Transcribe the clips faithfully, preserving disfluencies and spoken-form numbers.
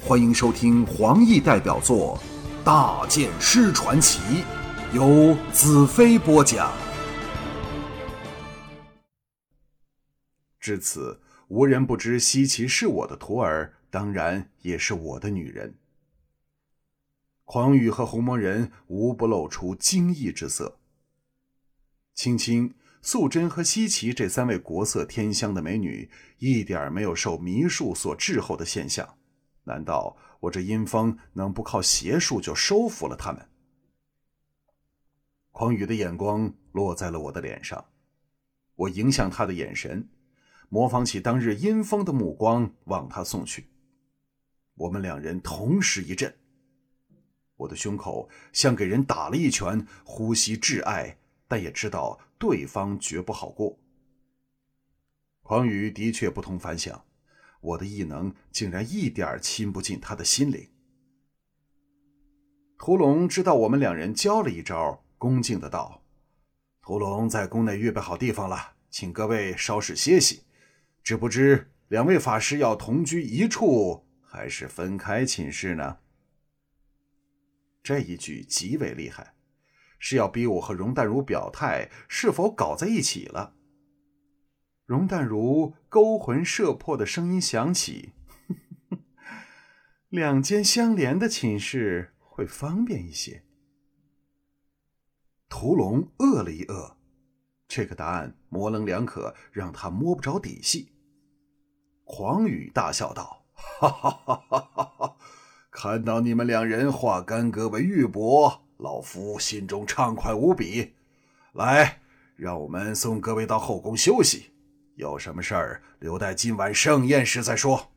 欢迎收听黄奕代表作《大剑师传奇》，由子飞播讲。至此，无人不知西岐是我的徒儿，当然也是我的女人。狂羽和红魔人无不露出惊异之色。青青、素贞和西岐这三位国色天香的美女，一点没有受迷术所滞后的现象。难道我这阴风能不靠邪术就收服了他们？狂羽的眼光落在了我的脸上，我迎向他的眼神，模仿起当日阴风的目光往他送去。我们两人同时一震，我的胸口像给人打了一拳，呼吸挚爱，但也知道对方绝不好过。狂羽的确不同凡响，我的异能竟然一点侵不进他的心灵。屠龙知道我们两人交了一招，恭敬的道：屠龙在宫内预备好地方了，请各位稍事歇息。只不知两位法师要同居一处，还是分开寝室呢？这一句极为厉害，是要逼我和容淡如表态是否搞在一起了。容淡如勾魂摄魄的声音响起，呵呵，两间相连的寝室会方便一些。屠龙愕了一愕，这个答案模棱两可，让他摸不着底细。狂羽大笑道：哈哈哈哈哈哈！看到你们两人化干戈为玉帛，老夫心中畅快无比。来，让我们送各位到后宫休息，有什么事儿留待今晚盛宴时再说。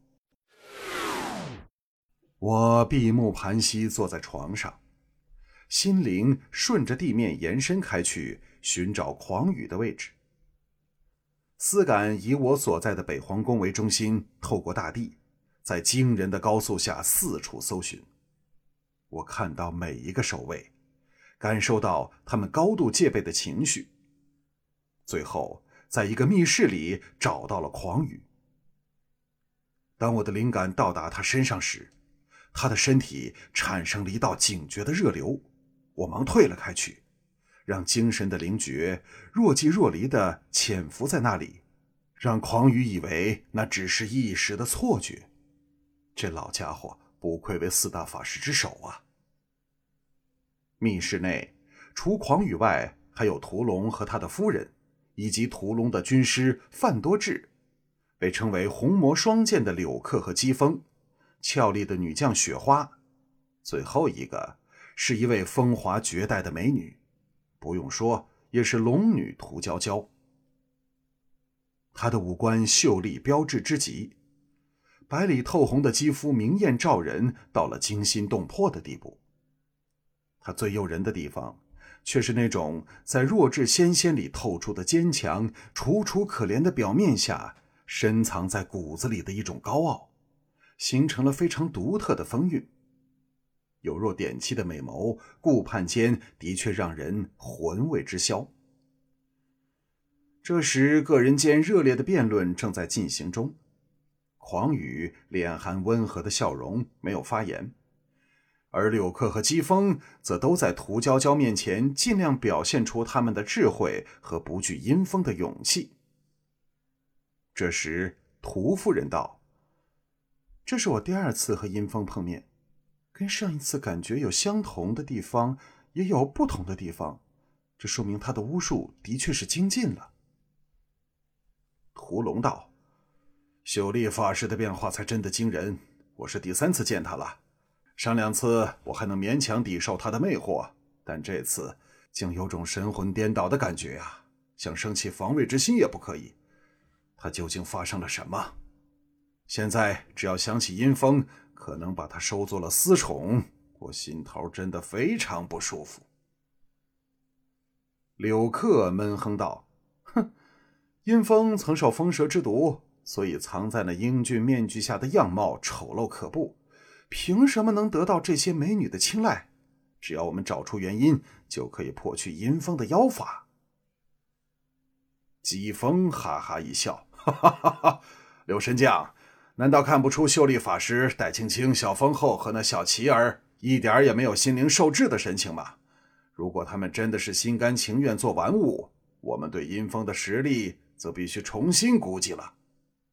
我闭目盘膝坐在床上，心灵顺着地面延伸开去，寻找狂羽的位置。思感以我所在的北皇宫为中心，透过大地，在惊人的高速下四处搜寻。我看到每一个守卫，感受到他们高度戒备的情绪。最后在一个密室里找到了狂羽。当我的灵感到达他身上时，他的身体产生了一道警觉的热流，我忙退了开去，让精神的灵觉若即若离地潜伏在那里，让狂羽以为那只是一时的错觉。这老家伙不愧为四大法师之首啊！密室内除狂羽外，还有屠龙和他的夫人，以及屠龙的军师范多智，被称为红魔双剑的柳克和姬风，俏丽的女将雪花，最后一个是一位风华绝代的美女，不用说也是龙女涂娇娇。她的五官秀丽标致之极，白里透红的肌肤明艳照人，到了惊心动魄的地步。她最诱人的地方却是那种在弱质纤纤里透出的坚强，楚楚可怜的表面下深藏在骨子里的一种高傲，形成了非常独特的风韵。有若点漆的美眸，顾盼间的确让人魂为之消。这时个人间热烈的辩论正在进行中，狂羽脸含温和的笑容，没有发言，而柳克和姬风则都在涂娇娇面前尽量表现出他们的智慧和不惧阴风的勇气。这时涂夫人道：这是我第二次和阴风碰面，跟上一次感觉有相同的地方，也有不同的地方，这说明他的巫术的确是精进了。屠龙道：秀丽法师的变化才真的惊人，我是第三次见他了。上两次我还能勉强抵受他的魅惑，但这次竟有种神魂颠倒的感觉啊，想生起防卫之心也不可以。他究竟发生了什么？现在只要想起阴风可能把他收作了私宠，我心头真的非常不舒服。柳克闷哼道：哼，阴风曾受风蛇之毒，所以藏在那英俊面具下的样貌丑陋可怖，凭什么能得到这些美女的青睐？只要我们找出原因，就可以破去阴风的妖法。姬风哈哈一笑：哈哈哈哈，柳神将， 难道看不出秀丽法师、戴青青、小风后和那小琪儿一点也没有心灵受制的神情吗？如果他们真的是心甘情愿做玩物，我们对阴风的实力则必须重新估计了。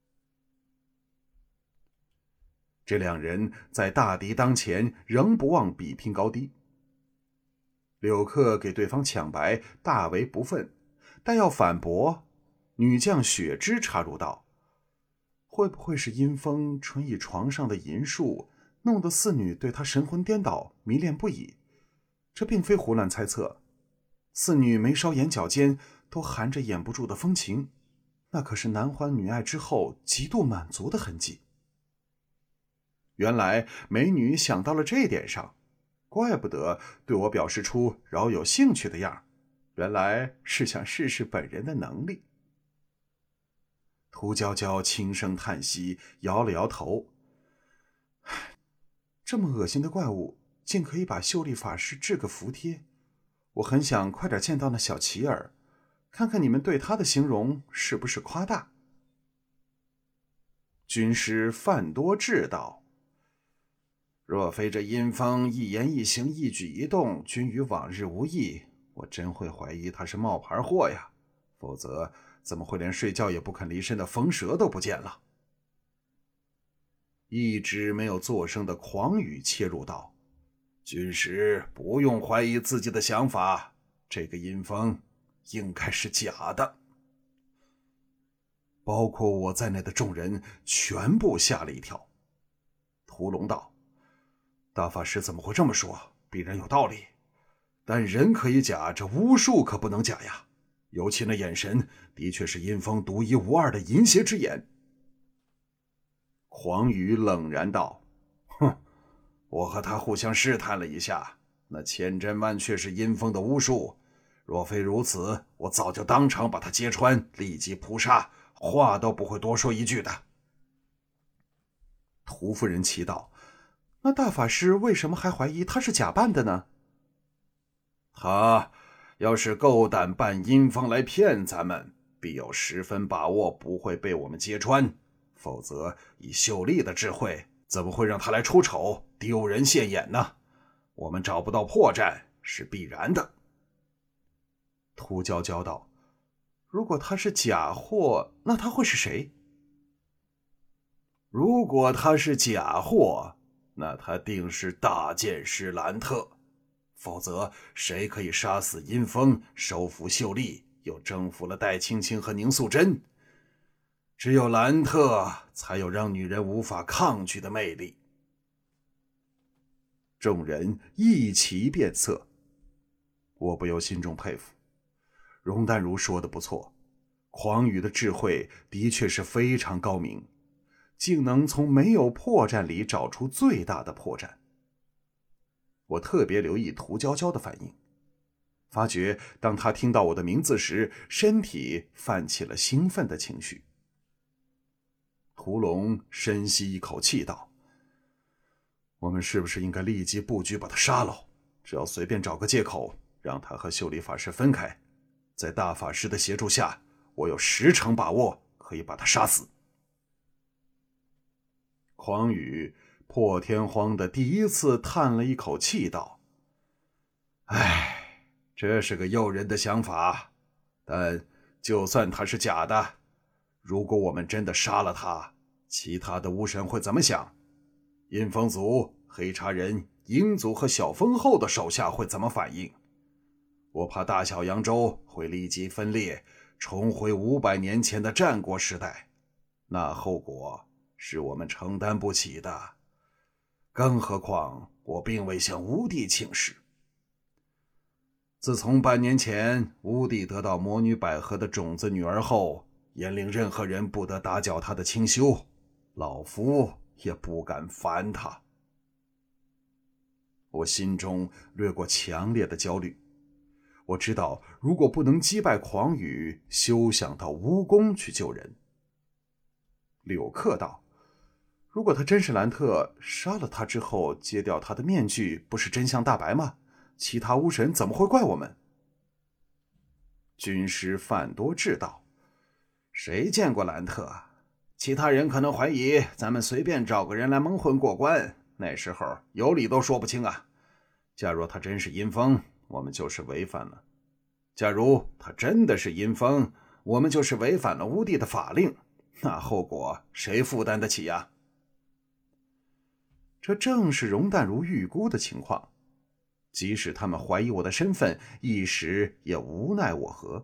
这两人在大敌当前仍不忘比拼高低。柳客给对方抢白，大为不忿，但要反驳，女将雪芝插入道：会不会是阴风纯以床上的淫术，弄得四女对他神魂颠倒，迷恋不已？这并非胡乱猜测，四女眉梢眼角间都含着掩不住的风情，那可是男欢女爱之后极度满足的痕迹。原来美女想到了这点上，怪不得对我表示出饶有兴趣的样，原来是想试试本人的能力。涂娇娇轻声叹息，摇了摇头。这么恶心的怪物竟可以把秀丽法师治个服帖，我很想快点见到那小琪儿，看看你们对他的形容是不是夸大。军师范多智道：若非这阴风一言一行一举一动均与往日无异，我真会怀疑他是冒牌货呀，否则怎么会连睡觉也不肯离身的风蛇都不见了？一直没有作声的狂语切入道：军师不用怀疑自己的想法，这个阴风应该是假的。包括我在内的众人全部吓了一跳。屠龙道：大法师怎么会这么说？必然有道理。但人可以假，这巫术可不能假呀。尤其那眼神，的确是阴风独一无二的淫邪之眼。黄宇冷然道：哼，我和他互相试探了一下，那千真万确是阴风的巫术。若非如此，我早就当场把他揭穿，立即扑杀，话都不会多说一句的。屠夫人奇道：那大法师为什么还怀疑他是假扮的呢？他要是够胆扮阴风来骗咱们，必有十分把握不会被我们揭穿，否则以秀丽的智慧，怎么会让他来出丑，丢人现眼呢？我们找不到破绽是必然的。涂娇娇道：如果他是假货，那他会是谁？如果他是假货，那他定是大剑师兰特，否则谁可以杀死阴风，收服秀丽，又征服了戴青青和宁素贞？只有兰特才有让女人无法抗拒的魅力。众人一齐变色，我不由心中佩服。容淡如说的不错，狂语的智慧的确是非常高明，竟能从没有破绽里找出最大的破绽。我特别留意涂娇娇的反应，发觉当她听到我的名字时，身体泛起了兴奋的情绪。屠龙深吸一口气道：我们是不是应该立即布局把他杀了？只要随便找个借口，让他和秀丽法师分开，在大法师的协助下，我有十成把握可以把他杀死。狂语破天荒的第一次叹了一口气道：唉，这是个诱人的想法，但就算他是假的，如果我们真的杀了他，其他的巫神会怎么想？阴风族、黑茶人、鹰族和小风后的手下会怎么反应？我怕大小扬州会立即分裂，重回五百年前的战国时代，那后果是我们承担不起的。更何况我并未向乌帝请示。自从半年前乌帝得到魔女百合的种子女儿后，严令任何人不得打搅她的清修，老夫也不敢烦她。我心中掠过强烈的焦虑。我知道，如果不能击败狂语，休想到巫宫去救人。柳客道：如果他真是兰特，杀了他之后揭掉他的面具，不是真相大白吗？其他巫神怎么会怪我们？军师范多智道：谁见过兰特？ 其他人可能怀疑咱们随便找个人来蒙混过关，那时候有理都说不清啊。假若他真是阴风，我们就是违反了；假如他真的是阴风，我们就是违反了乌帝的法令，那后果谁负担得起呀？这正是容淡如预估的情况，即使他们怀疑我的身份，一时也无奈我何。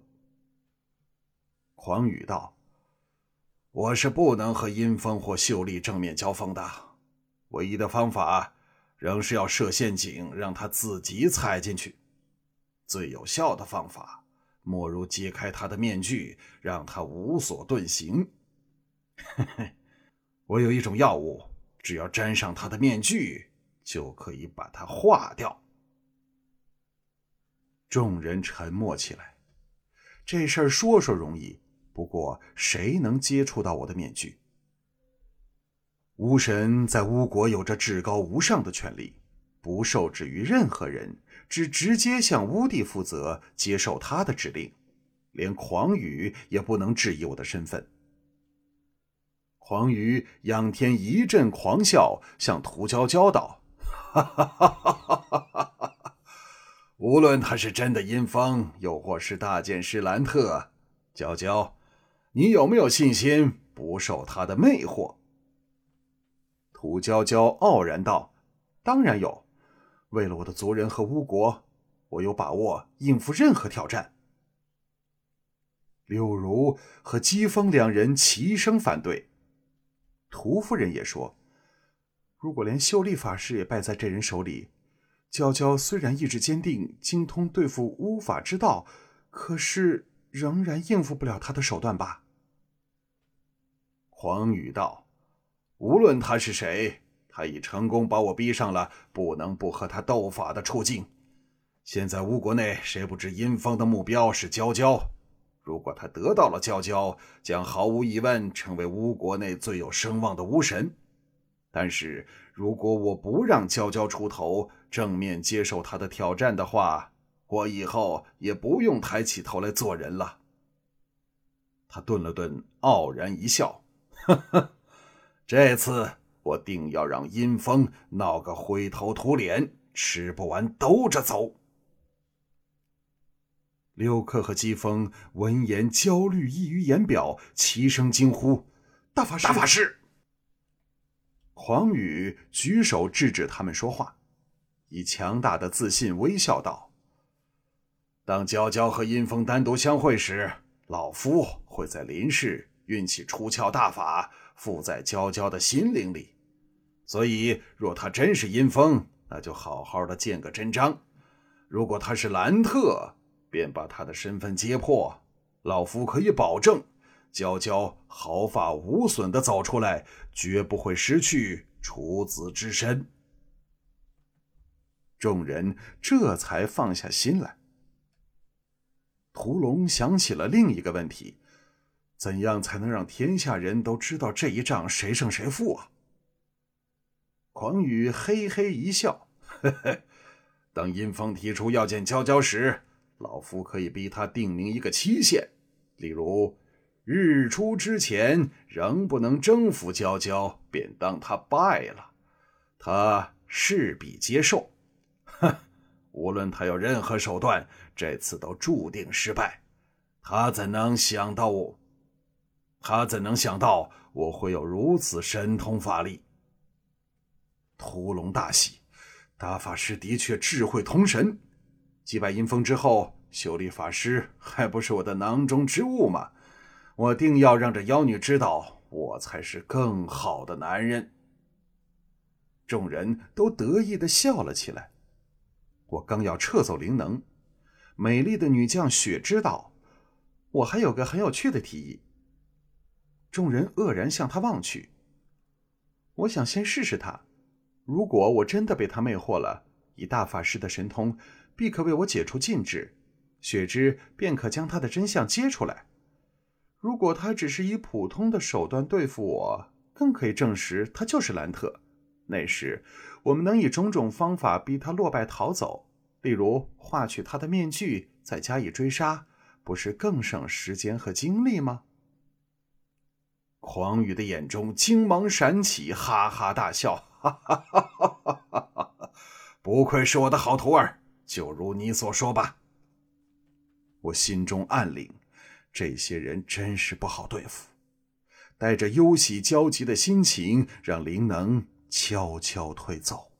狂语道：我是不能和阴风或秀丽正面交锋的，唯一的方法仍是要设陷阱，让他自己踩进去。最有效的方法莫如揭开他的面具，让他无所遁形。我有一种药物，只要沾上他的面具，就可以把它化掉。众人沉默起来。这事儿说说容易，不过谁能接触到我的面具？巫神在巫国有着至高无上的权力，不受制于任何人，只直接向巫帝负责，接受他的指令，连狂语也不能质疑我的身份。狂语仰天一阵狂笑，向涂娇娇道：哈哈哈哈哈哈！无论他是真的阴风，又或是大剑师兰特，娇娇，你有没有信心不受他的魅惑？涂娇娇傲然道：当然有，为了我的族人和巫国，我有把握应付任何挑战。柳如和姬风两人齐声反对。涂夫人也说，如果连秀丽法师也败在这人手里，娇娇虽然意志坚定，精通对付巫法之道，可是仍然应付不了他的手段吧。黄宇道：无论他是谁，他已成功把我逼上了不能不和他斗法的处境。现在巫国内谁不知阴风的目标是娇娇？如果他得到了娇娇，将毫无疑问成为巫国内最有声望的巫神。但是如果我不让娇娇出头，正面接受他的挑战的话，我以后也不用抬起头来做人了。他顿了顿，傲然一笑，呵呵，这次我定要让阴风闹个灰头土脸，吃不完兜着走。六克和姬风闻言焦虑溢于言表，齐声惊呼：大法师！大法师！黄宇举手制止他们说话，以强大的自信微笑道：当娇娇和阴风单独相会时，老夫会在临世运起出窍大法，附在娇娇的心灵里。所以若他真是阴风，那就好好的见个真章；如果他是兰特，便把他的身份揭破。老夫可以保证，娇娇毫发无损地走出来，绝不会失去处子之身。众人这才放下心来。屠龙想起了另一个问题，怎样才能让天下人都知道这一仗谁胜谁负啊？狂语嘿嘿一笑，呵呵，当阴风提出要见娇娇时，老夫可以逼他定明一个期限，例如日出之前仍不能征服娇娇，便当他败了，他势必接受。哼，无论他有任何手段，这次都注定失败。他怎能想到我？他怎能想到我会有如此神通法力？屠龙大喜，大法师的确智慧通神。击败阴风之后，秀丽法师还不是我的囊中之物吗？我定要让这妖女知道，我才是更好的男人。众人都得意地笑了起来。我刚要撤走灵能，美丽的女将雪知道，我还有个很有趣的提议。众人愕然向他望去。我想先试试他，如果我真的被他魅惑了，以大法师的神通，必可为我解除禁制，雪芝便可将他的真相揭出来。如果他只是以普通的手段对付我，更可以证实他就是兰特。那时我们能以种种方法逼他落败逃走，例如化去他的面具，再加以追杀，不是更省时间和精力吗？ 黄宇的眼中金芒闪起，哈哈大笑，哈哈哈哈哈哈！不愧是我的好徒儿，就如你所说吧。我心中暗领，这些人真是不好对付。带着忧喜交集的心情，让灵能悄悄退走。